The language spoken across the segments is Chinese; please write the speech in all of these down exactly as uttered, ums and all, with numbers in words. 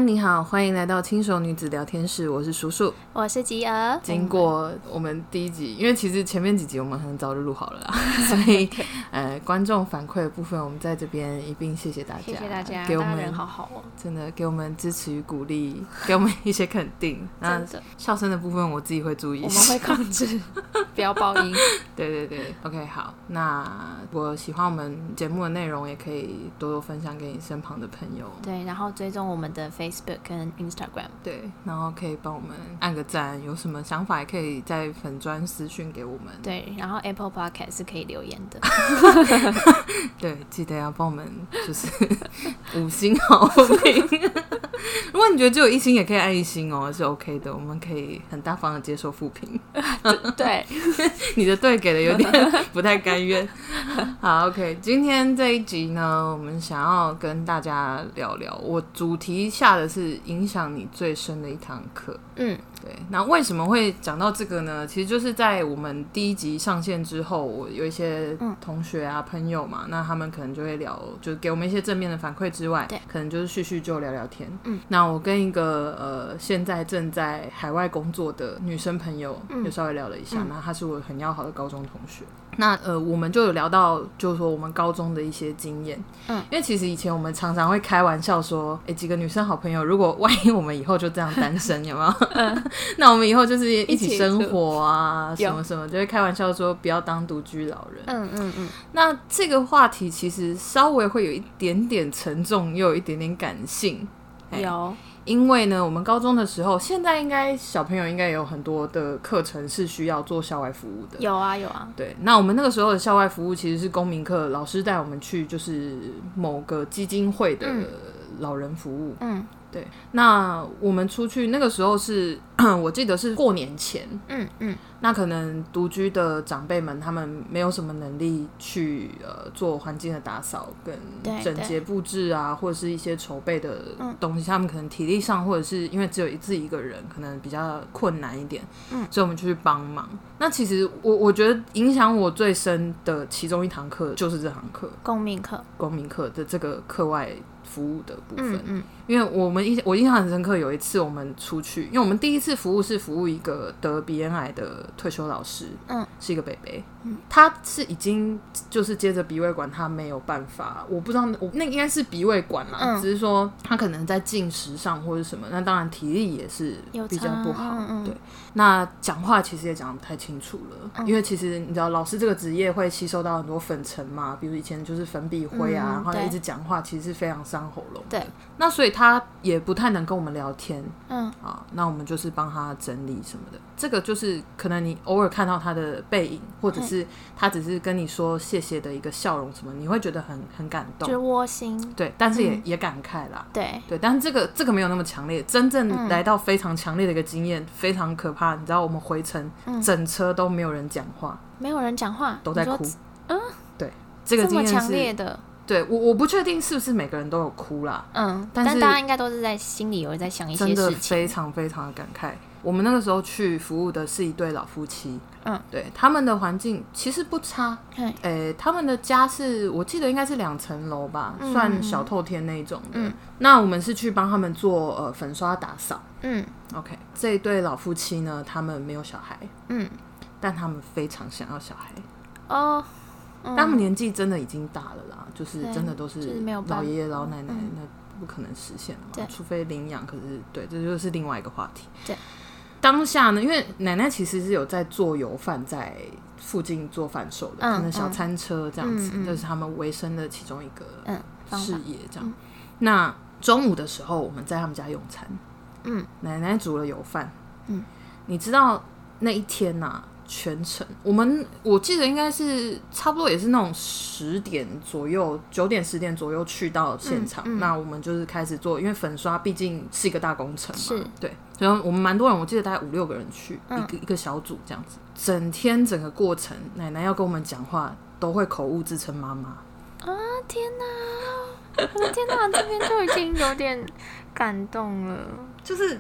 安你好，欢迎来到轻熟女子聊天室，我是叔叔， 我是吉儿。 经过我们第一集，因为其实前面几集我们很早就录好了啦，所以呃，观众反馈的部分我们在这边一并谢谢大家， 谢谢大家， 给我们大家人好好哦， 真的给我们支持与鼓励，给我们一些肯定。那笑声的部分我自己会注意一下， 我们会控制不要爆音。 对对对 OK 好，那如果喜欢我们节目的内容也可以多多分享给你身旁的朋友， 对，然后追踪我们的 Facebook 跟 Instagram， 对，然后可以帮我们按个赞，有什么想法也可以在粉专私讯给我们， 对，然后 Apple Podcast 是可以留言的。 对，记得要帮我们就是五星好评。如果你觉得只有一星也可以按一星哦，是 OK 的，我们可以很大方的接受负评。 对， 你的对给的有点不太甘愿。好 OK， 今天这一集呢，我们想要跟大家聊聊，我主题下的是影响你最深的一堂课。嗯，对，那为什么会讲到这个呢？其实就是在我们第一集上线之后，我有一些同学啊、嗯、朋友嘛，那他们可能就会聊，就是给我们一些正面的反馈之外，可能就是叙叙旧聊聊天。嗯，那我跟一个呃现在正在海外工作的女生朋友就稍微聊了一下，嗯、那她是我很要好的高中同学。那呃，我们就有聊到，就是说我们高中的一些经验。嗯，因为其实以前我们常常会开玩笑说，哎，几个女生好朋友，如果万一我们以后就这样单身，有没有？嗯，那我们以后就是一起生活啊，什么什么，就会开玩笑说不要当独居老人。嗯嗯嗯。那这个话题其实稍微会有一点点沉重，又有一点点感性。 有。 因为呢，我们高中的时候，现在应该小朋友应该有很多的课程是需要做校外服务的。 有啊，有啊。对， 那我们那个时候的校外服务其实是公民课，老师带我们去就是某个基金会的老人服务。嗯，对。那我们出去那个时候是，我记得是过年前。嗯嗯。那可能独居的长辈们他们没有什么能力去呃做环境的打扫跟整洁布置啊，或者是一些筹备的东西，他们可能体力上或者是因为只有自己一个人可能比较困难一点，嗯，所以我们就去帮忙。那其实我我觉得影响我最深的其中一堂课就是这堂课， 公民课， 公民课的这个课外服务的部分。嗯嗯，因为我们我印象很深刻，有一次我们出去，因为我们第一次服务是服务一个得鼻咽癌的退休老师，嗯，是一个北北，嗯，他是已经就是接着鼻胃管，他没有办法，我不知道，我那应该是鼻胃管啦，嗯，只是说他可能在进食上或者什么，那当然体力也是比较不好，嗯嗯，对，那讲话其实也讲得不太清楚了，嗯，因为其实你知道老师这个职业会吸收到很多粉尘嘛，比如以前就是粉笔灰啊，嗯，然后一直讲话其实是非常伤喉咙的，对，那所以他也不太能跟我们聊天，嗯，啊，那我们就是帮他整理什么的，这个就是可能你偶尔看到他的背影，或者是他只是跟你说谢谢的一个笑容什么，你会觉得很很感动， 就是窝心， 对，但是也，嗯，也感慨啦， 对对，但是这个这个没有那么强烈，真正来到非常强烈的一个经验，嗯，非常可怕，你知道我们回程，嗯，整车都没有人讲话， 没有人讲话， 都在哭， 嗯， 对，这个经验是这么强烈的。 对，我我不确定是不是每个人都有哭啦，嗯，但是但大家应该都是在心里有在想一些事情， 真的非常非常的感慨。我们那个时候去服务的是一对老夫妻，嗯，对，他们的环境其实不差，诶，他们的家是我记得应该是两层楼吧，嗯，算小透天那一种的。嗯，那我们是去帮他们做呃粉刷打扫，嗯 ，OK， 这一对老夫妻呢，他们没有小孩，嗯，但他们非常想要小孩，哦。但他们年纪真的已经大了啦，就是真的都是老爷爷老奶奶，嗯，那不可能实现了嘛，除非领养。可是对，这就是另外一个话题。对，当下呢，因为奶奶其实是有在做油饭，在附近做贩售的，嗯，可能小餐车这样子，这，嗯，是他们维生的其中一个事业。这样，嗯，那中午的时候我们在他们家用餐，嗯，奶奶煮了油饭，嗯，你知道那一天啊全程我们我记得应该是差不多也是那种十点左右，九点十点左右去到现场，嗯嗯，那我们就是开始做，因为粉刷毕竟是一个大工程嘛，是，对，所以我们蛮多人，我记得大概五六个人去，嗯，一个一个小组这样子，整天整个过程奶奶要跟我们讲话都会口误自称妈妈啊，天哪，我的天哪，这边就已经有点感动了， 就是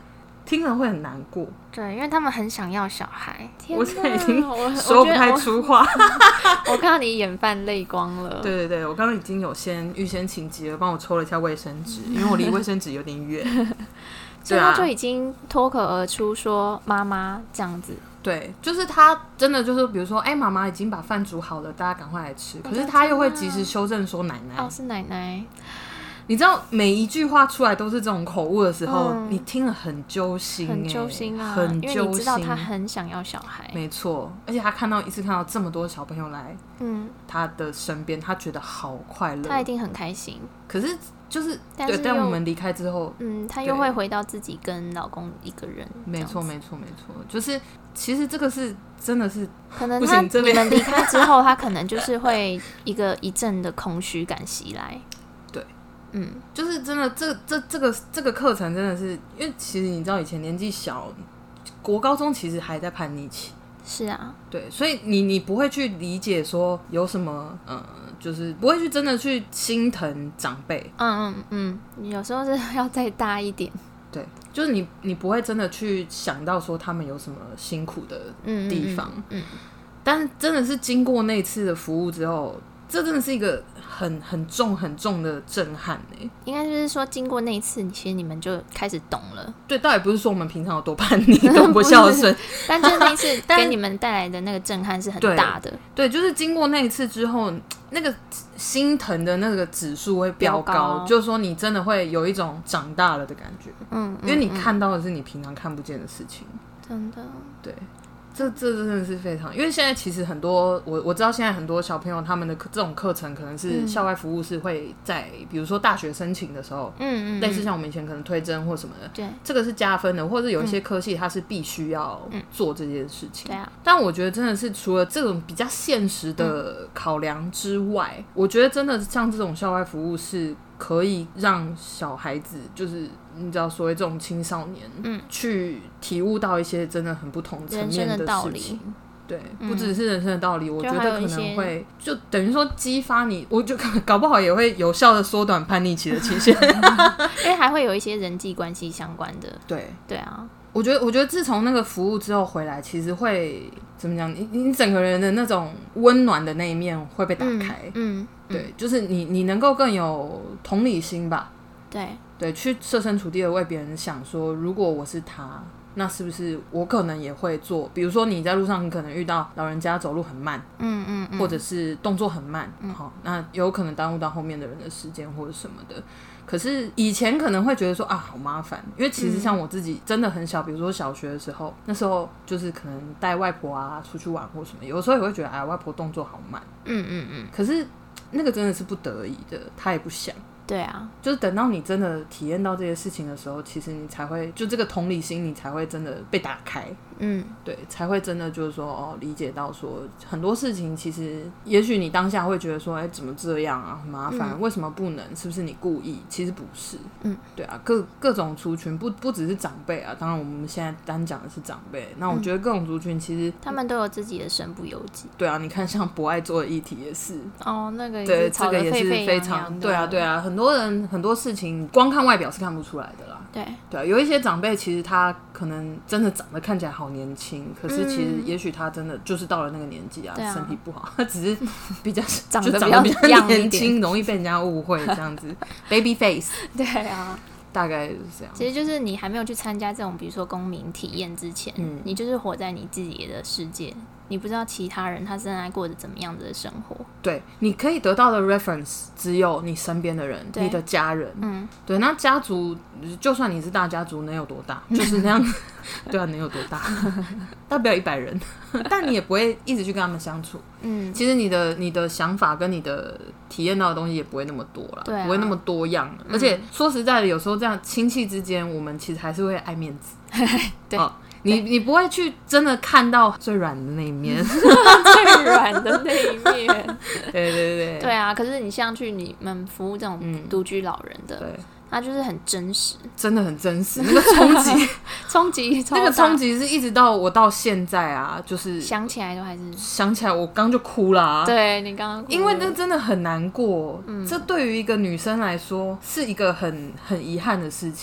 听了会很难过。 对，因为他们很想要小孩。天哪， 我现在已经说不太出话。 我, 我看到你眼泛泪光了。 对对对，我刚刚已经有先预先请急了，帮我抽了一下卫生纸，因为我离卫生纸有点远。 所以他就已经脱口而出说妈妈这样子。 对，就是他真的就是比如说，哎、欸，妈妈已经把饭煮好了，大家赶快来吃。可是他又会及时修正说奶奶。 哦，是奶奶。 你知道每一句话出来都是这种口误的时候，嗯、你听了很揪心、欸， 很揪心啊， 很揪心， 因为你知道他很想要小孩。 没错，而且他看到一次看到这么多小朋友来，嗯，他的身边，他觉得好快乐， 他一定很开心。可是就是对，但我们离开之后， 嗯，他又会回到自己跟老公一个人。 没错，没错，没错，就是其实这个是真的是可能他你们离开之后，他可能就是会一个一阵的空虚感袭来。 嗯，就是真的，这这这个这个课程真的是，因为其实你知道，以前年纪小，国高中其实还在叛逆期。 是啊， 对，所以你你不会去理解说有什么，呃，就是不会去真的去心疼长辈。 嗯嗯嗯，你有时候是要再大一点。 对，就是你你不会真的去想到说他们有什么辛苦的地方。嗯, 嗯, 嗯，但是真的是经过那次的服务之后。这真的是一个很很重很重的震撼欸。 应该就是说经过那一次其实你们就开始懂了。 对，倒也不是说我们平常有多叛逆多不孝顺但就是那一次给你们带来的那个震撼是很大的。 对, 对，就是经过那一次之后，那个心疼的那个指数会飙高, 飙高就是说你真的会有一种长大了的感觉。 嗯, 嗯，因为你看到的是你平常看不见的事情。 真的。 对，这这真的是非常，因为现在其实很多我我知道现在很多小朋友他们的这种课程可能是校外服务是会在、嗯、比如说大学申请的时候，嗯嗯，类似像我们以前可能推甄或什么的，对，这个是加分的，或者有一些科系它是必须要做这件事情、嗯、对啊。但我觉得真的是除了这种比较现实的考量之外、嗯、我觉得真的像这种校外服务是可以让小孩子就是你知道所谓这种青少年、嗯、去体悟到一些真的很不同层面的事情。对、嗯，不只是人生的道理，我觉得可能会就等于说激发你，我就搞不好也会有效的缩短叛逆期的期限因为还会有一些人际关系相关的。 对对啊， 我觉得我觉得自从那个服务之后回来，其实会怎么讲，你你整个人的那种温暖的那一面会被打开。嗯，嗯对，就是你你能够更有同理心吧。 对对，去设身处地的为别人想说，如果我是他，那是不是我可能也会做？比如说你在路上，你可能遇到老人家走路很慢，嗯嗯嗯，或者是动作很慢，嗯，好，那有可能耽误到后面的人的时间或者什么的。可是以前可能会觉得说啊，好麻烦，因为其实像我自己真的很小，比如说小学的时候，那时候就是可能带外婆啊出去玩或什么，有时候也会觉得哎，外婆动作好慢，嗯嗯嗯。可是那个真的是不得已的，他也不想。 对啊， 就是等到你真的体验到这些事情的时候，其实你才会就这个同理心，你才会真的被打开。嗯，对，才会真的就是说哦，理解到说很多事情其实也许你当下会觉得说，哎，怎么这样啊，很麻烦、嗯，为什么不能？是不是你故意？其实不是。嗯，对啊，各各种族群不不只是长辈啊，当然我们现在单讲的是长辈，那我觉得各种族群其实、嗯、 他们都有自己的身不由己。 对啊，你看像博爱做的议题也是哦，那个也是吵得沸沸扬扬的。对，这个也是非常对啊对啊，很多人很多事情光看外表是看不出来的啦。 对对啊，有一些长辈其实他可能真的长得看起来好年轻，可是其实也许他真的就是到了那个年纪 啊,、嗯、啊身体不好，他只是比较长得比较年轻，容易被人家误会这样子baby face。 对啊， 大概就是这样。 其实就是你还没有去参加这种比如说公民体验之前、嗯、你就是活在你自己的世界，你不知道其他人他正在过着怎么样的生活。 对，你可以得到的 reference 只有你身边的人，你的家人。嗯，对，那家族就算你是大家族能有多大，就是那样对啊，能有多大大不了一百人但你也不会一直去跟他们相处。嗯，其实你的你的想法跟你的体验到的东西也不会那么多啦、啊、不会那么多样、嗯、而且说实在的，有时候这样亲戚之间我们其实还是会爱面子对、哦你你不会去真的看到最软的那一面最软的那一面对对对对啊，可是你像去你们服务这种独居老人的、嗯、对，他就是很真实， 真的很真实，那个冲击冲击那个冲击是一直到我到现在啊，就是想起来都还是想起来我刚就哭啦、啊、 对，你刚刚哭了， 因为那真的很难过、嗯、这对于一个女生来说是一个很很遗憾的事情。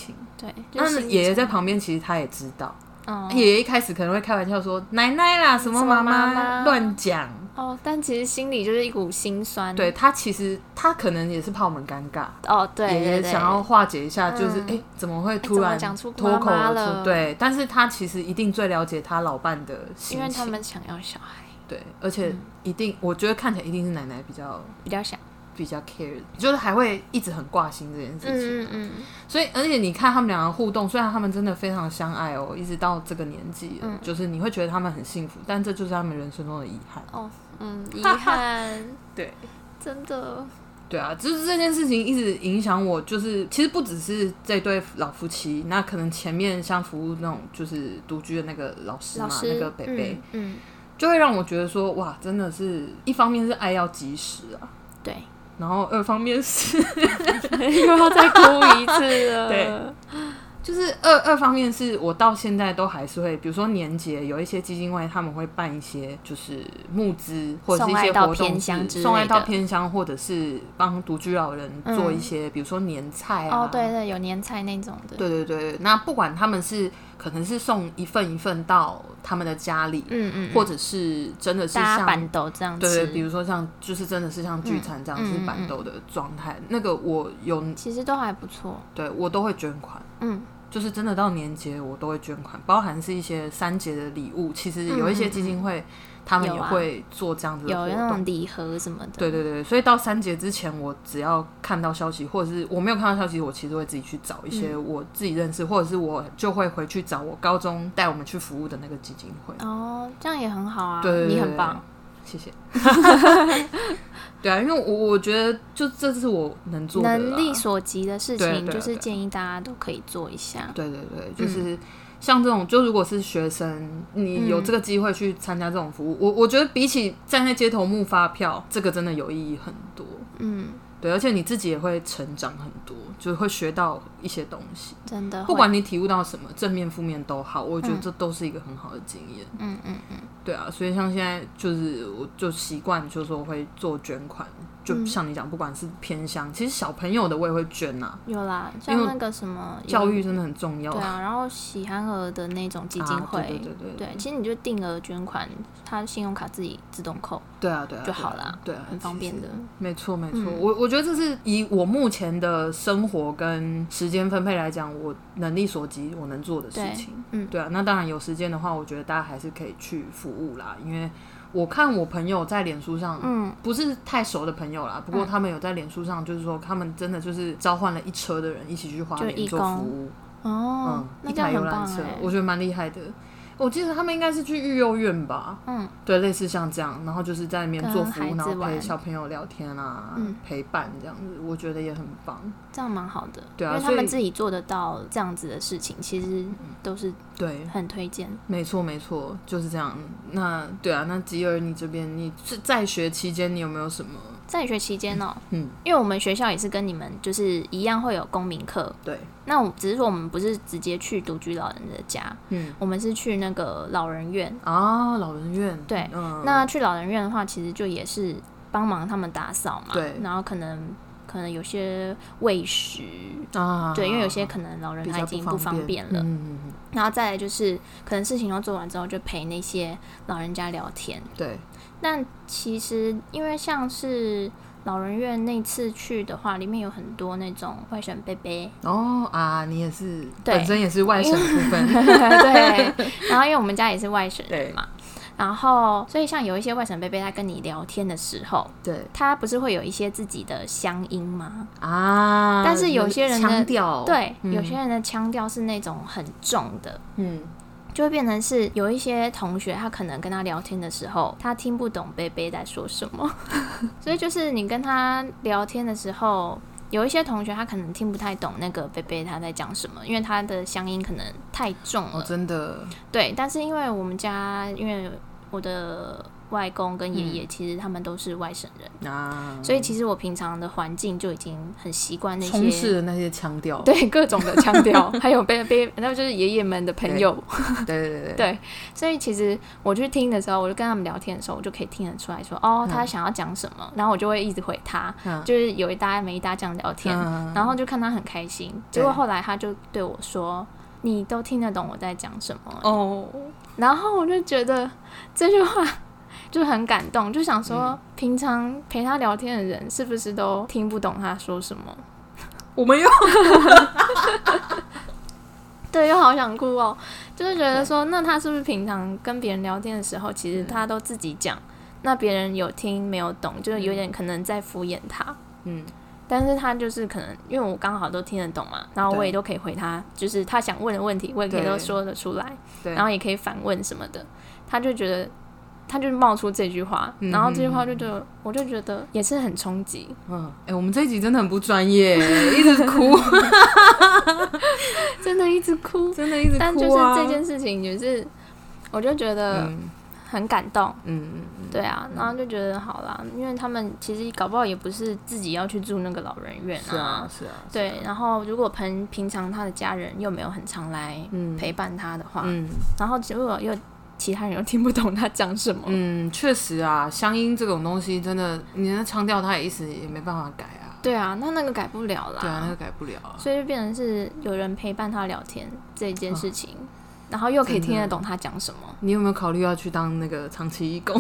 对， 那爷爷在旁边，其实他也知道。嗯，爷爷一开始可能会开玩笑说奶奶啦，什么妈妈乱讲哦，但其实心里就是一股心酸。 对，他其实他可能也是怕我们尴尬哦，对对对， 爷爷想要化解一下，就是哎、嗯欸，怎么会突然脱口而出？对，但是他其实一定最了解他老伴的心情， 因为他们想要小孩。 对，而且一定，嗯、我觉得看起来一定是奶奶比较比较想。 比较 care， 就是还会一直很挂心这件事情、啊。嗯嗯嗯。所以，而且你看他们两个互动，虽然他们真的非常相爱哦，一直到这个年纪、嗯，就是你会觉得他们很幸福，但这就是他们人生中的遗憾。 哦，嗯，遗憾。 对， 真的。 对啊，就是这件事情一直影响我，就是其实不只是这对老夫妻，那可能前面像服务那种就是独居的那个老师嘛，师那个北北、嗯，嗯，就会让我觉得说，哇，真的是一方面是爱要及时啊， 对。 然后二方面是又要再哭一次了， 对，就是二二方面是我到现在都还是会，比如说年节有一些基金会他们会办一些就是募资或者是一些活动，送爱到偏乡，或者是帮独居老人做一些、嗯、比如说年菜啊， 哦对对，有年菜那种的， 对对对，那不管他们是可能是送一份一份到他们的家里，嗯嗯，或者是真的是像板豆这样子， 对对，比如说像就是真的是像聚餐这样、嗯、是板豆的状态、嗯嗯嗯，那个我有其实都还不错， 对我都会捐款，嗯，就是真的到年节我都会捐款，包含是一些三节的礼物，其实有一些基金会、嗯嗯嗯他们也会做这样子的活动， 有那种礼盒什么的。 对对对，所以到三节之前，我只要看到消息，或者是我没有看到消息，我其实会自己去找一些我自己认识，嗯、或者是我就会回去找我高中带我们去服务的那个基金会。 哦，这样也很好啊， 对对对， 你很棒， 谢谢。对啊，因为我我觉得就这是我能做的能力所及的事情，就是建议大家都可以做一下。 对对对，就是。嗯像这种，就如果是学生，你有这个机会去参加这种服务，嗯、我我觉得比起站在街头募发票，这个真的有意义很多。嗯，对，而且你自己也会成长很多，就是会学到一些东西。 真的， 不管你体悟到什么，正面负面都好，我觉得这都是一个很好的经验。嗯嗯嗯，对啊，所以像现在就是我就习惯，就是说会做捐款。就像你讲，不管是偏乡，其实小朋友的我也会捐呐、啊。 有啦，像那个什么教育真的很重要。 对啊，然后喜憨儿的那种基金会，啊、对, 对对对对，其实你就定额捐款，他信用卡自己自动扣。 对啊对啊， 就好啦， 对啊， 很方便的。 没错没错，嗯、我我觉得这是以我目前的生活跟时间分配来讲，我能力所及我能做的事情。嗯，对啊，那当然有时间的话，我觉得大家还是可以去服务啦，因为。我看我朋友在脸书上，嗯，不是太熟的朋友啦，不过他们有在脸书上，就是说他们真的就是召唤了一车的人一起去花莲做服务， 哦， 嗯，一台游览车，我觉得蛮厉害的。我记得他们应该是去育幼院吧，嗯，对，类似像这样，然后就是在那边做服务，然后陪小朋友聊天啊，嗯、陪伴这样子，我觉得也很棒， 这样蛮好的， 对啊， 因为他们自己做得到这样子的事情，其实都是对很推荐， 没错没错，就是这样。那对啊，那吉儿你这边你是在学期间你有没有什么？ 在学期间哦，嗯，因为我们学校也是跟你们就是一样会有公民课， 对。 那我只是说我们不是直接去独居老人的家，嗯，我们是去那个老人院啊，老人院， 对，嗯，那去老人院的话，其实就也是帮忙他们打扫嘛， 对， 然后可能可能有些喂食啊，对，因为有些可能老人他已经不方便了，嗯，然后再来就是可能事情都做完之后，就陪那些老人家聊天， 对。 那其实因为像是老人院那次去的话，里面有很多那种外省伯伯哦啊，你也是本身也是外省部分对，然后因为我们家也是外省人嘛，然后所以像有一些外省伯伯他跟你聊天的时候， 对， 他不是会有一些自己的乡音吗？啊，但是有些人的腔调， 对、嗯，有些人的腔调是那种很重的，嗯。就会变成是有一些同学，他可能跟他聊天的时候，他听不懂贝贝在说什么，所以就是你跟他聊天的时候，有一些同学他可能听不太懂那个贝贝他在讲什么，因为他的乡音可能太重了， 哦、真的。 对，但是因为我们家因为我的外公跟爷爷其实他们都是外省人、 啊、 所以其实我平常的环境就已经很习惯那些充斥的那些腔调， 对，各种的腔调还有被被那就是爷爷们的朋友， 对对对 对, 对，所以其实我去听的时候，我就跟他们聊天的时候，我就可以听得出来说哦他想要讲什么、嗯、然后我就会一直回他、嗯、就是有一搭没一搭这样聊天、嗯、然后就看他很开心，结果后来他就对我说你都听得懂我在讲什么哦，然后我就觉得这句话就很感动，就想说、嗯、平常陪他聊天的人是不是都听不懂他说什么？ 我没有对，又好想哭哦，就是觉得说那他是不是平常跟别人聊天的时候其实他都自己讲、嗯、那别人有听没有懂，就是有点可能在敷衍他，嗯，但是他就是可能因为我刚好都听得懂嘛，然后我也都可以回他，就是他想问的问题我也可以都说得出来，然后也可以反问什么的，他就觉得他就冒出这句话、嗯、然后这句话就觉得我就觉得也是很冲击。嗯， 哎、欸，我们这一集真的很不专业，一直哭， 真的一直哭， 真的一直哭、啊。 但就是这件事情，就是我就觉得很感动。嗯嗯嗯，对啊，然后就觉得好啦，因为他们其实搞不好也不是自己要去住那个老人院啊， 是啊是啊， 对。啊、然后如果平平常他的家人又没有很常来陪伴他的话，嗯，然后如果又其他人又听不懂他讲什么， 嗯，确实啊，乡音这种东西真的，你那腔调他也一时也没办法改啊。 对啊，那那个改不了啦。 对啊，那个改不了啊。 所以就变成是有人陪伴他聊天这一件事情、哦，然后又可以听得懂他讲什么。 你有没有考虑要去当那个长期义工？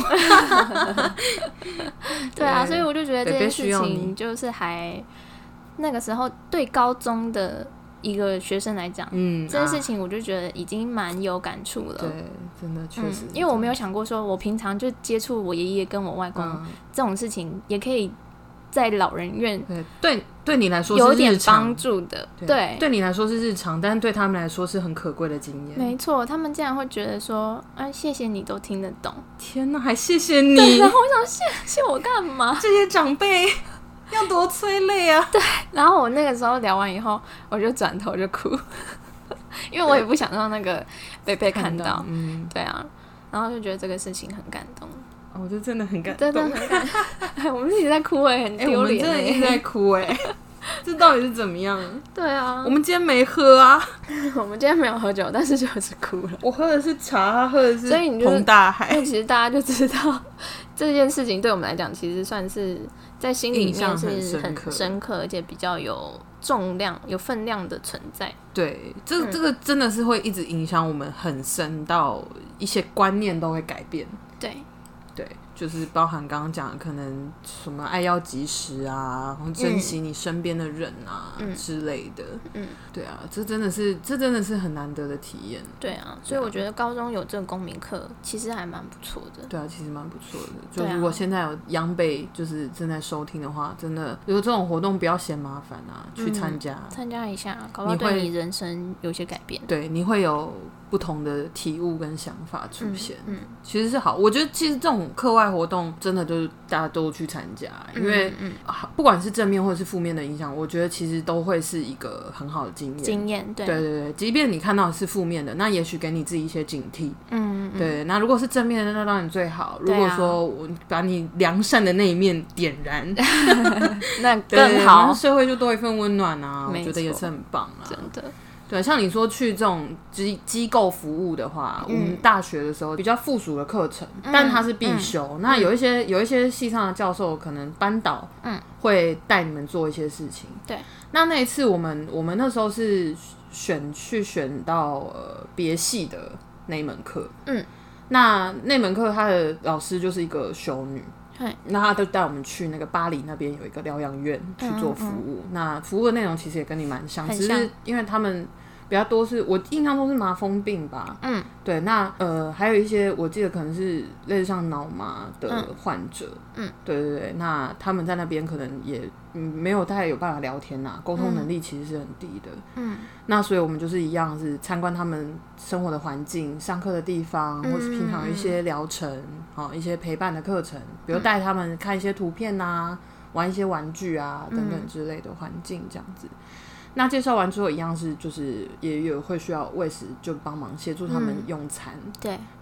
对啊，所以我就觉得这件事情就是还那个时候对高中的一个学生来讲，嗯，这件事情我就觉得已经蛮有感触了。 对，真的确实、嗯， 因为我没有想过说，我平常就接触我爷爷跟我外公、嗯、这种事情，也可以在老人院对对对你来说是日常有点帮助的。 对， 对， 对你来说是日常，但是对他们来说是很可贵的经验。 没错，他们竟然会觉得说，哎、啊，谢谢你都听得懂。 天哪，还谢谢你！ 然后我想谢谢我干嘛？ 这些长辈。要多催泪啊！ 对，然后我那个时候聊完以后，我就转头就哭，因为我也不想让那个贝贝看到。看到嗯，对啊，然后就觉得这个事情很感动。 哦、我就真的很感动， 真的很感动。我们一直在哭哎、欸，很丢脸、欸。 我们真的一直在哭哎、欸，这到底是怎么样？ 对啊， 我们今天没喝啊， 我们今天没有喝酒，但是就是哭了。 我喝的是茶，他喝的是红大海。 所以其实大家就知道这件事情对我们来讲，其实算是。在心里面是很深刻，而且比较有重量、有分量的存在。 对，这、嗯、这个真的是会一直影响我们很深，到一些观念都会改变。 对， 对，就是包含刚刚讲的，可能什么爱要及时啊，然后珍惜你身边的人啊、嗯、之类的。嗯，对啊，这真的是这真的是很难得的体验。 对啊，所以我觉得高中有这个公民课，其实还蛮不错的。 对啊，其实蛮不错的。就如果现在有央辈就是正在收听的话，真的有这种活动不要嫌麻烦啊，去参加， 参、嗯、加一下，搞不好对你人生有些改变。 对，你会有不同的体悟跟想法出现。嗯，嗯其实是好。我觉得其实这种课外活动真的就是大家都去参加，因为、嗯嗯、不管是正面或者是负面的影响，我觉得其实都会是一个很好的经验。 经验，对对对对，即便你看到的是负面的，那也许给你自己一些警惕。嗯，嗯对。那如果是正面的，那当然最好。如果说我把你良善的那一面点燃， 那更好， 那社会就多一份温暖啊！我觉得也是很棒啊， 真的。 对，像你说去这种机机构服务的话、嗯，我们大学的时候比较附属的课程、嗯，但它是必修。嗯、那有一些、嗯、有一些系上的教授可能班导，嗯，会带你们做一些事情。 对， 那那一次我们我们那时候是选去选到呃别系的那一门课，嗯，那那门课他的老师就是一个修女。那他就带我们去那个巴黎那边有一个疗养院去做服务、嗯嗯、那服务的内容其实也跟你蛮像，只是因为他们比较多是我印象中是麻风病吧，嗯，对，那呃还有一些我记得可能是类似像脑麻的患者，嗯，对对对，那他们在那边可能也、嗯、没有太有办法聊天啊，沟通能力其实是很低的，嗯，那所以我们就是一样是参观他们生活的环境、上课的地方、嗯、或是平常有一些疗程、哦、一些陪伴的课程，比如带他们看一些图片啊，玩一些玩具啊等等之类的环境这样子。那介绍完之后一样是就是也有会需要喂食，就帮忙协助他们用餐、嗯、 对， 嘿，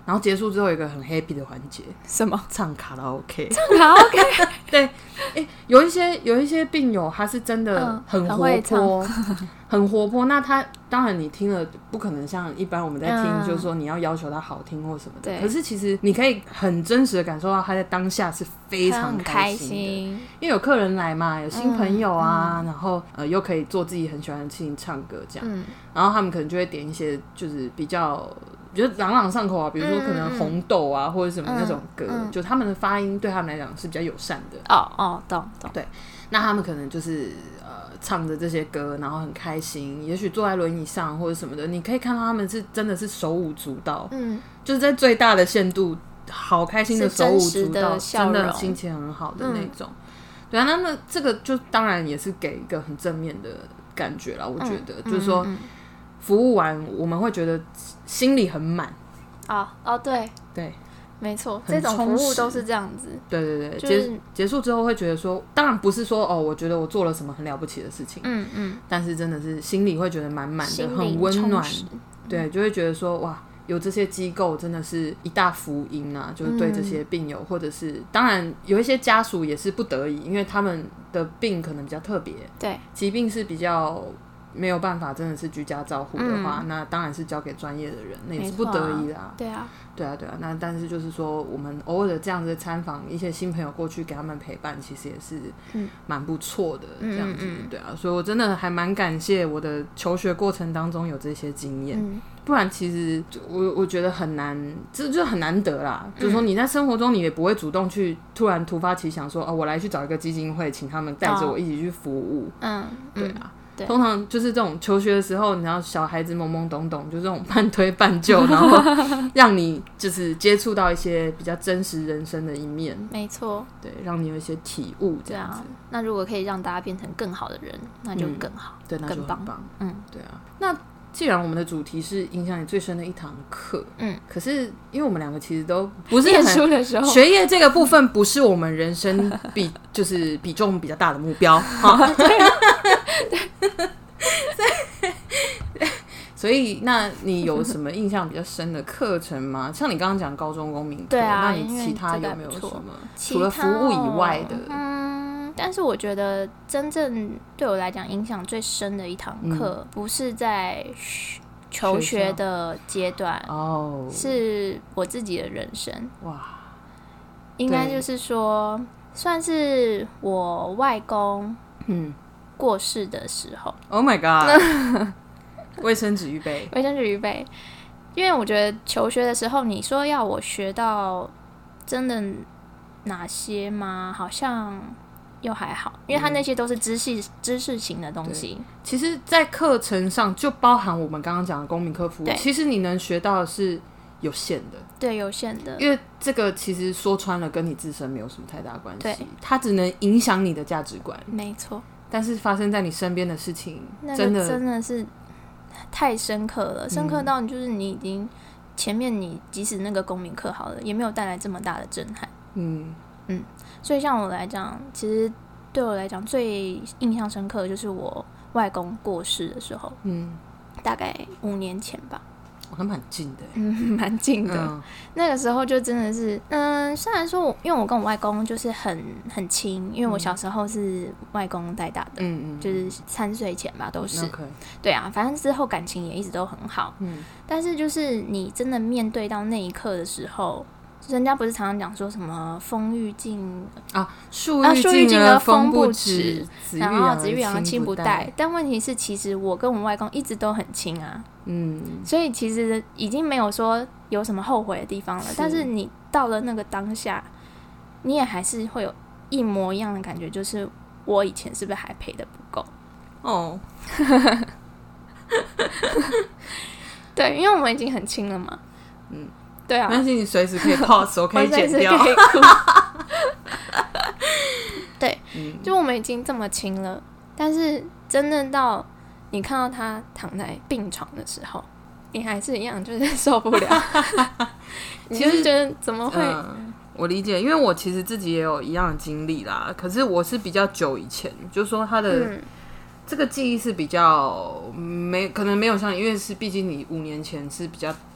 然后结束之后有一个很 happy 的环节， 什么？ 唱卡拉 OK。 唱卡拉 OK。 对，欸，有一些有一些病友他是真的很活泼，嗯，很活泼。那他当然你听了不可能像一般我们在听，嗯，就是说你要要求他好听或什么的。可是其实你可以很真实的感受到他在当下是非常开心的，心因为有客人来嘛，有新朋友啊，嗯嗯，然后呃又可以做自己很喜欢的事情，唱歌这样，嗯，然后他们可能就会点一些就是比较。觉得朗朗上口啊，比如说可能红豆啊，嗯，或者什么那种歌，嗯嗯，就他们的发音对他们来讲是比较友善的。 哦哦，懂懂。对， 那他们可能就是呃唱着这些歌，然后很开心，也许坐在轮椅上或者什么的，你可以看到他们是真的是手舞足蹈，嗯，就是在最大的限度，好开心的手舞足蹈，真的心情很好的那种。嗯，对啊，那那这个就当然也是给一个很正面的感觉啦，我觉得，嗯，就是说。嗯嗯服务完我们会觉得心里很满。 哦哦，对对，没错，这种服务都是这样子。 对对对，就是，结结束之后会觉得说，当然不是说哦，我觉得我做了什么很了不起的事情，嗯嗯，但是真的是心里会觉得满满的，很温暖。对，就会觉得说哇，有这些机构真的是一大福音啊！就是对这些病友，嗯，或者是当然有一些家属也是不得已，因为他们的病可能比较特别，对，疾病是比较。没有办法真的是居家照护的话，嗯，那当然是交给专业的人，那也是不得已啦。 对啊， 对啊，对啊。那但是就是说，我们偶尔的这样子参访一些新朋友过去给他们陪伴，其实也是蛮不错的。这样子，嗯嗯嗯，对啊。所以我真的还蛮感谢我的求学过程当中有这些经验，嗯，不然其实我我觉得很难，这就很难得啦。嗯，就是说你在生活中你也不会主动去突然突发奇想说，哦，我来去找一个基金会，请他们带着我一起去服务。嗯，对啊。通常就是这种求学的时候，你知道小孩子懵懵懂懂，就这种半推半就，然后让你就是接触到一些比较真实人生的一面。 没错， 对，让你有一些体悟这样子。啊， 那如果可以让大家变成更好的人，那就更好， 嗯，对，那就更棒。 嗯，对啊。那既然我们的主题是影响你最深的一堂课，嗯，可是因为我们两个其实都不是很念书的时候， 学业这个部分不是我们人生比就是比重比较大的目标，所以那你有什么印象比较深的课程吗？像你刚刚讲高中公民课，对啊，那你其他有没有什么除了服务以外的？ 嗯，但是我觉得真正对我来讲影响最深的一堂课，嗯，不是在求学的阶段，哦，是我自己的人生。哇，应该就是说，算是我外公嗯过世的时候。 Oh my god！ 卫生纸预备， 卫生纸预备。因为我觉得求学的时候，你说要我学到真的哪些吗？好像又还好，因为它那些都是知识知识型的东西。 其实，在课程上就包含我们刚刚讲的公民课服务，其实你能学到的是有限的， 对，有限的。 因为这个其实说穿了，跟你自身没有什么太大关系，它只能影响你的价值观。 没错。但是发生在你身边的事情， 那个、真的真的是太深刻了，深刻到就是你已经前面你即使那个公民课好了，也没有带来这么大的震撼。嗯嗯，所以像我来讲，其实对我来讲最印象深刻的就是我外公过世的时候，嗯，大概五年前吧。 我还蛮近的， 嗯，蛮近的、嗯。那个时候就真的是，嗯，虽然说我，因为我跟我外公就是很很亲，因为我小时候是外公带大的，嗯嗯，就是三岁前吧，都是， okay. 对啊，反正之后感情也一直都很好，嗯。但是就是你真的面对到那一刻的时候，人家不是常常讲说什么风欲静啊，树欲静而风不止， 然后子欲养而亲不待。但问题是，其实我跟我外公一直都很亲啊。嗯，所以其实已经没有说有什么后悔的地方了，是，但是你到了那个当下，你也还是会有一模一样的感觉，就是我以前是不是还陪得不够？哦，对，因为我们已经很亲了嘛。嗯，对啊， 但是你随时可以 pause， 我可以剪掉。 对，嗯，就我们已经这么亲了，但是真正到你看到他躺在病床的时候，你还是一样就是受不了。你就是觉得怎么会、 嗯、我理解，因为我其实自己也有一样的经历啦，可是我是比较久以前，就是说他的、嗯、这个记忆是比较没可能没有像，因为是毕竟你五年前是比较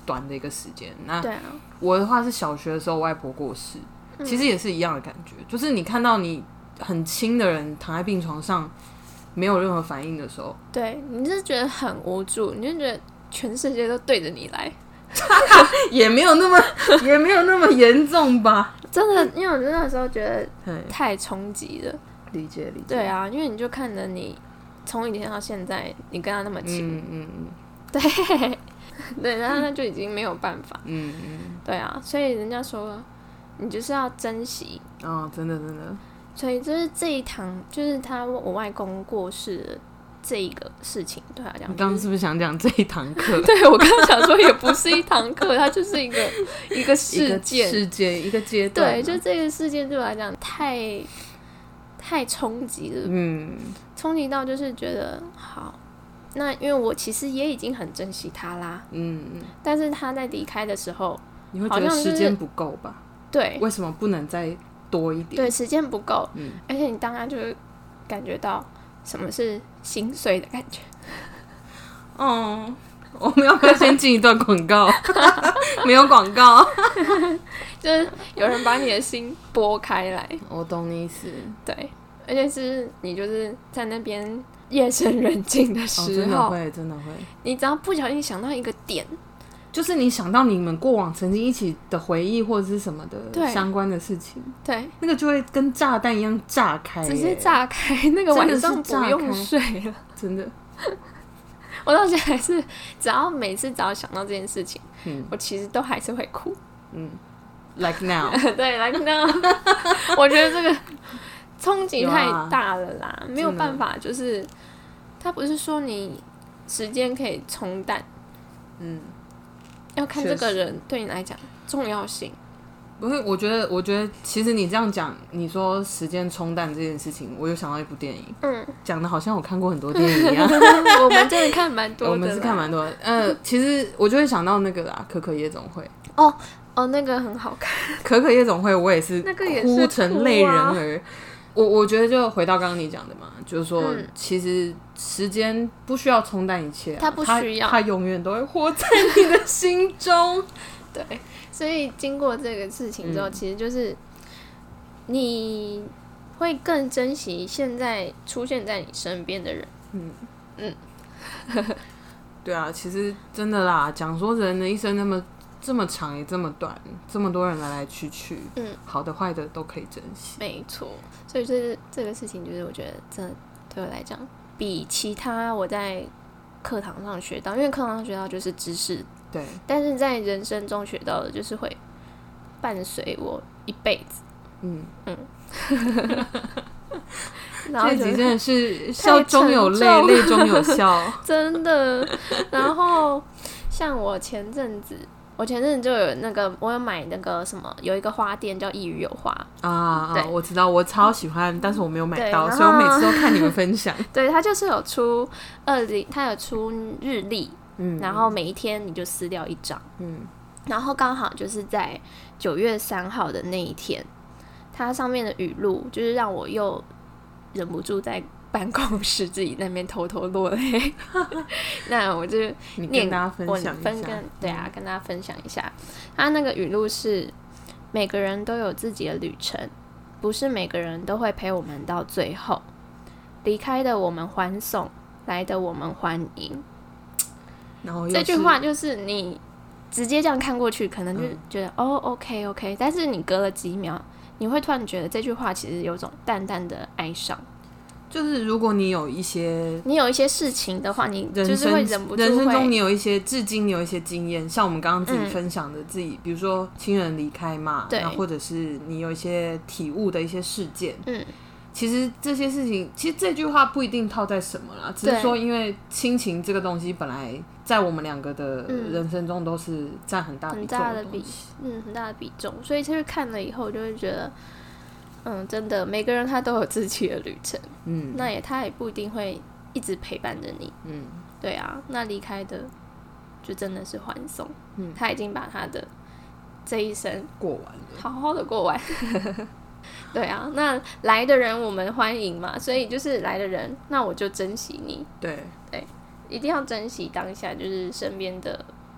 短的一个时间。那对啊， 我的话是小学的时候外婆过世，嗯、其实也是一样的感觉，就是你看到你很亲的人躺在病床上没有任何反应的时候， 对，你就是觉得很无助，你就觉得全世界都对着你来。 也没有那么也没有那么严重吧， 真的，因为我那时候觉得太冲击了。 理解理解。 对啊，因为你就看着你从以前到现在，你跟他那么亲，嗯嗯嗯，对对，然后那就已经没有办法，嗯嗯，对啊，所以人家说你就是要珍惜哦，真的真的。 所以就是这一堂，就是他我外公过世的这一个事情，对他讲、就是， 你刚刚是不是想讲这一堂课？ 对，我刚刚想说也不是一堂课，它就是一个一个事件， 事件一个阶段。 对，就这个事件对我来讲太太衝击了，嗯，冲击到就是觉得好，那因为我其实也已经很珍惜他啦，嗯嗯，但是他在离开的时候， 你会觉得时间不够吧？ 对， 为什么不能再多一点？ 对，时间不够，嗯，而且你当下就会感觉到什么是心碎的感觉。 哦，我们要不要先进一段广告？没有广告， 就是有人把你的心拨开来。 我懂你意思。 对，而且是你就是在那边夜深人静的时候，哦、 真的会，真的会。 你只要不小心想到一个点， 就是你想到你们过往曾经一起的回忆或者是什么的相关的事情， 对， 那个就会跟炸弹一样炸开， 直接炸开，那个晚上不用睡了， 真的。 我到现在还是，只要每次只要想到这件事情，嗯、我其实都还是会哭。嗯 ，like now， 对 ，like now， 我觉得这个冲击太大了啦，啊、没有办法，就是他不是说你时间可以冲淡，嗯。要看这个人对你来讲重要性。 不是，我觉得，我觉得其实你这样讲，你说时间冲淡这件事情，我有想到一部电影，嗯，讲的好像我看过很多电影一样。 我们真的看蛮多的， 我们是看蛮多的。呃，其实我就会想到那个啦，《可可夜总会》。 哦哦，那个很好看， 《可可夜总会》我也是哭成泪人儿。啊、我我觉得就回到刚刚你讲的嘛，就是说，嗯、其实时间不需要冲淡一切、啊， 它不需要， 它永远都会活在你的心中。 对，所以经过这个事情之后，嗯、其实就是你会更珍惜现在出现在你身边的人。嗯嗯， 对啊，其实真的啦，讲说人的一生那么这么长也这么短，这么多人来来去去，嗯，好的坏的都可以珍惜。 没错，所以就是这个事情，就是我觉得真的对我来讲，比其他我在课堂上学到，因为课堂上学到就是知识。 对， 但是在人生中学到的，就是会伴随我一辈子。嗯嗯， 这集真的是笑中有泪，泪中有笑， 真的。然后像我前阵子，我前阵子就有那个，我有买那个什么，有一个花店叫一语有花啊，对，我知道，我超喜欢，但是我没有买到，所以我每次都看你们分享。 对，它就是有出二零，它有出日历。嗯，然后每一天你就撕掉一张，嗯，然后刚好就是在九月三号的那一天，它上面的语录就是让我又忍不住在办公室自己在那边偷偷落泪。那我就你跟大家分享一下， 分跟对啊，跟大家分享一下。它那个语录是：每个人都有自己的旅程，不是每个人都会陪我们到最后。离开的我们欢送，来的我们欢迎。 然后这句话就是你直接这样看过去，可能就觉得、嗯、哦 ，OK OK， 但是你隔了几秒，你会突然觉得这句话其实有种淡淡的哀伤。 就是如果你有一些你有一些事情的话，你就是会忍不住会人生中你有一些至今你有一些经验，像我们刚刚自己分享的自己，嗯、比如说亲人离开嘛，对，或者是你有一些体悟的一些事件，嗯。其实这些事情，其实这句话不一定套在什么啦，只是说因为亲情这个东西本来在我们两个的人生中都是占很大比重的东西， 嗯，很大的比重，所以就是看了以后就会觉得，嗯，真的每个人他都有自己的旅程，嗯，那也他也不一定会一直陪伴着你，嗯，对啊，那离开的就真的是欢送，嗯，他已经把他的这一生过完了， 好好的过完。对啊，那来的人我们欢迎嘛，所以就是来的人，那我就珍惜你。 对对，一定要珍惜当下，就是身边的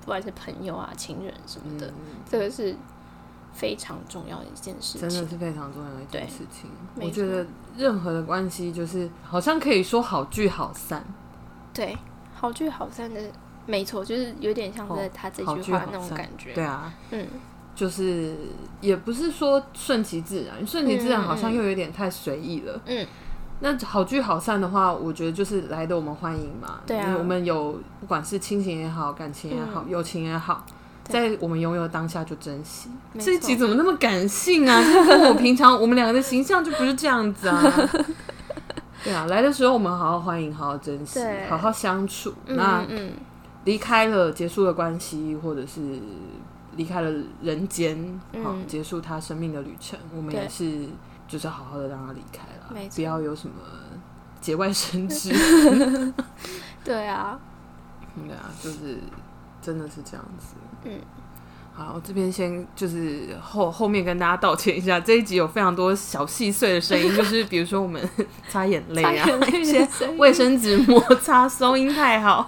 不管是朋友啊、情人什么的，嗯、这个是非常重要的一件事情， 真的是非常重要的一件事情。我觉得任何的关系就是好像可以说好聚好散， 对，好聚好散的，没错，就是有点像在他这句话那种感觉。 对啊，嗯，就是也不是说顺其自然，顺其自然好像又有点太随意了，嗯。那好聚好散的话，我觉得就是来的我们欢迎嘛。 对啊， 我们有不管是亲情也好，感情也好，嗯、友情也好，在我们拥有当下就珍惜。这一集怎么那么感性啊？就跟我平常我们两个的形象就不是这样子啊。对啊，来的时候我们好好欢迎，好好珍惜，好好相处。嗯、那离开了，结束了关系，或者是离开了人间，好、嗯、结束他生命的旅程，我们也是。就是好好的让他离开了，不要有什么节外生枝。 对啊， 对啊，就是真的是这样子。嗯，好，我这边先就是后后面跟大家道歉一下，这一集有非常多小细碎的声音，就是比如说我们擦眼泪啊，一些卫生纸摩擦，收音太好。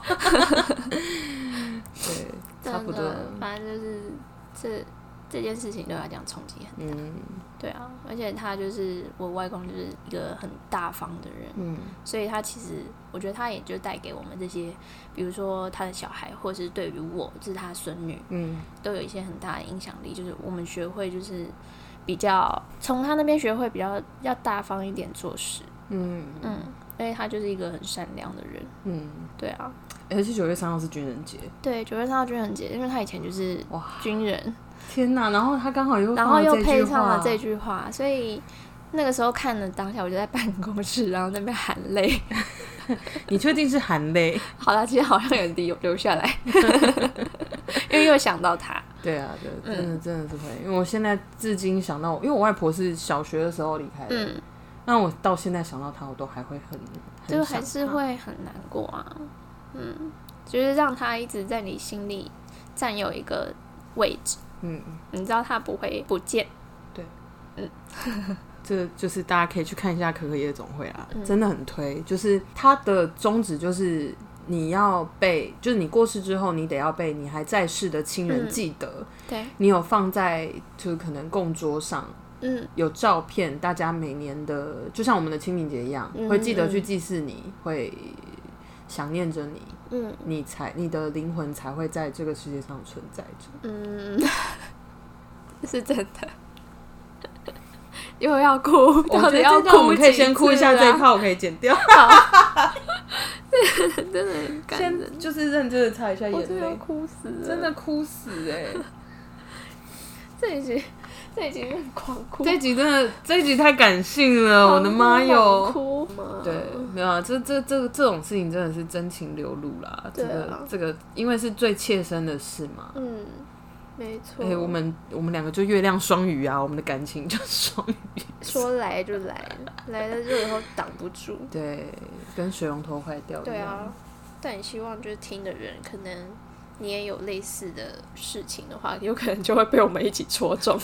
对，差不多。 反正就是这。这件事情对我来讲冲击很大，嗯，对啊，而且他就是我外公，就是一个很大方的人，嗯，所以他其实我觉得他也就带给我们这些，比如说他的小孩，或者是对于我，就是他孙女，嗯，都有一些很大的影响力。就是我们学会就是比较从他那边学会比较要大方一点做事，嗯嗯，因为他就是一个很善良的人，嗯，对啊， 而且九月三号是军人节， 对，九月三号军人节，因为他以前就是军人。 天哪！然后他刚好又然后又配上了这句话，所以那个时候看了当下，我就在办公室，然后在那边含泪。 你确定是含泪？ 好啦，其实好像有点流流下来，因为又想到他。 对啊，对，真的、嗯、真的是会，因为我现在至今想到，因为我外婆是小学的时候离开的，嗯，那我到现在想到他，我都还会很，很就还是会很难过啊。嗯，就是让他一直在你心里占有一个位置。嗯，你知道他不会不见， 对，嗯，这就是大家可以去看一下可可夜总会啦，嗯、真的很推。就是他的宗旨就是你要被，就是你过世之后，你得要被你还在世的亲人记得，嗯、 对， 你有放在就是可能供桌上，嗯，有照片，大家每年的就像我们的清明节一样，嗯、会记得去祭祀你，会想念着你。嗯，你才你的灵魂才会在这个世界上存在着。嗯， 是真的。又要哭，到底要哭？ 我们可以先哭一下这一趴，我可以剪掉。 真的很感人， 先就是认真的擦一下眼泪， 我真的要哭死了， 真的哭死哎、欸！ 这一集，这一集很狂哭， 这一集真的，这一集太感性了，我的妈哟！ 哭对，没有啊，这这这这种事情真的是真情流露啦。啊、这个这个，因为是最切身的事嘛。嗯， 没错。 哎、欸，我们我们两个就月亮双鱼啊，我们的感情就双鱼。 说来就来，来了就以后挡不住。 对，跟水龙头坏掉一样。 对啊，但你希望就是听的人，可能你也有类似的事情的话，有可能就会被我们一起戳中。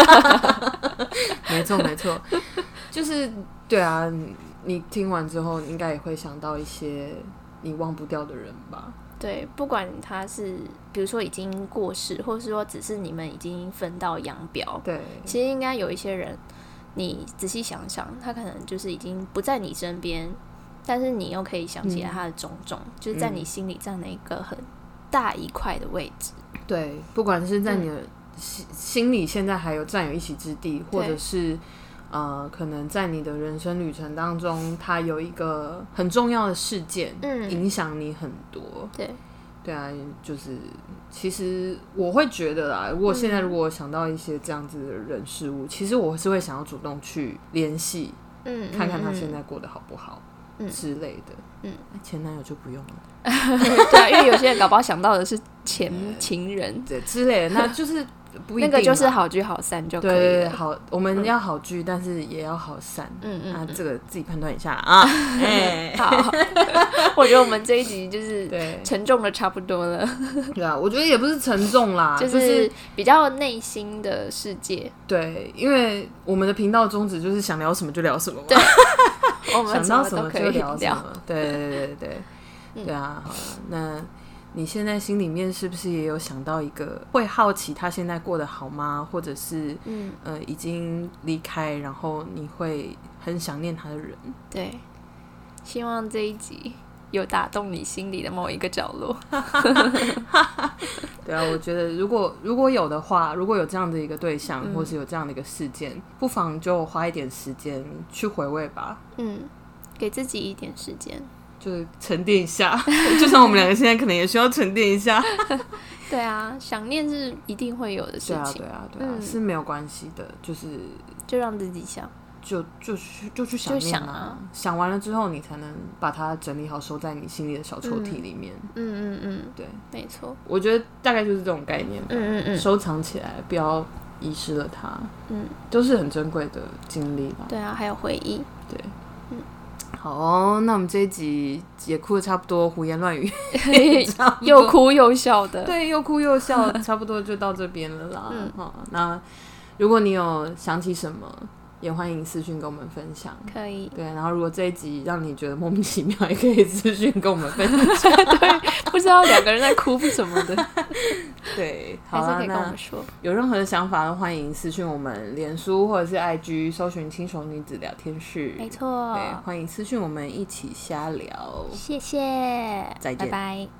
没错没错，就是对啊。你听完之后应该也会想到一些你忘不掉的人吧。 对，不管他是比如说已经过世，或是说只是你们已经分道扬镳， 对， 其实应该有一些人你仔细想想，他可能就是已经不在你身边，但是你又可以想起来他的种种、嗯、就是在你心里占了一个很大一块的位置。 对，不管是在你的心里现在还有占有一席之地，或者是呃，可能在你的人生旅程当中，它有一个很重要的事件，嗯，影响你很多。 对， 对啊，就是其实我会觉得啦，如果现在如果想到一些这样子的人事物，嗯、其实我是会想要主动去联系，嗯，看看他现在过得好不好，嗯之类的。嗯，前男友就不用了。 对啊，因为有些人搞不好想到的是前情人， 对之类的，那就是。不一定那个就是好聚好散就可以了。 对对对，好，我们要好聚，嗯、但是也要好散。嗯嗯，啊，这个自己判断一下啊。哎、欸， 好，我觉得我们这一集就是沉重的差不多了。 对啊，我觉得也不是沉重啦， 就是比较内心的世界。 对，因为我们的频道宗旨就是想聊什么就聊什么嘛。 对，我们想到什么就聊什么。对对对对对，嗯、对啊，好了，那。 你现在心里面是不是也有想到一个会好奇他现在过得好吗？或者是、嗯呃、已经离开，然后你会很想念他的人？ 对，希望这一集有打动你心里的某一个角落。 对啊，我觉得如果如果有的话，如果有这样的一个对象、嗯、或是有这样的一个事件，不妨就花一点时间去回味吧。 嗯，给自己一点时间， 就是沉淀一下。就像我们两个现在可能也需要沉淀一下。 对啊，想念是一定会有的事情。 对啊对啊对啊、嗯、是没有关系的，就是就让自己想， 就就去就去想念啊，想啊，想完了之后你才能把它整理好，收在你心里的小抽屉里面。 嗯嗯嗯， 对， 没错。 我觉得大概就是这种概念吧。 嗯嗯嗯， 收藏起来，不要遗失了它。嗯，都是很珍贵的经历吧。 对啊，还有回忆。 对，嗯，好哦，那我们这一集也哭得差不多，胡言乱语， 又哭又笑的。 对，又哭又笑，差不多就到这边了啦。嗯，好，那如果你有想起什么，也欢迎私讯跟我们分享。 可以。 对，然后如果这一集让你觉得莫名其妙，也可以私讯跟我们分享。 对，不知道两个人在哭什么的。 对，好啦， 还是可以跟我们说。 有任何的想法，欢迎私讯我们脸书或者是 I G 搜寻轻熟女子聊天室。 没错。 对，欢迎私讯我们一起瞎聊。 谢谢， 再见， 拜拜。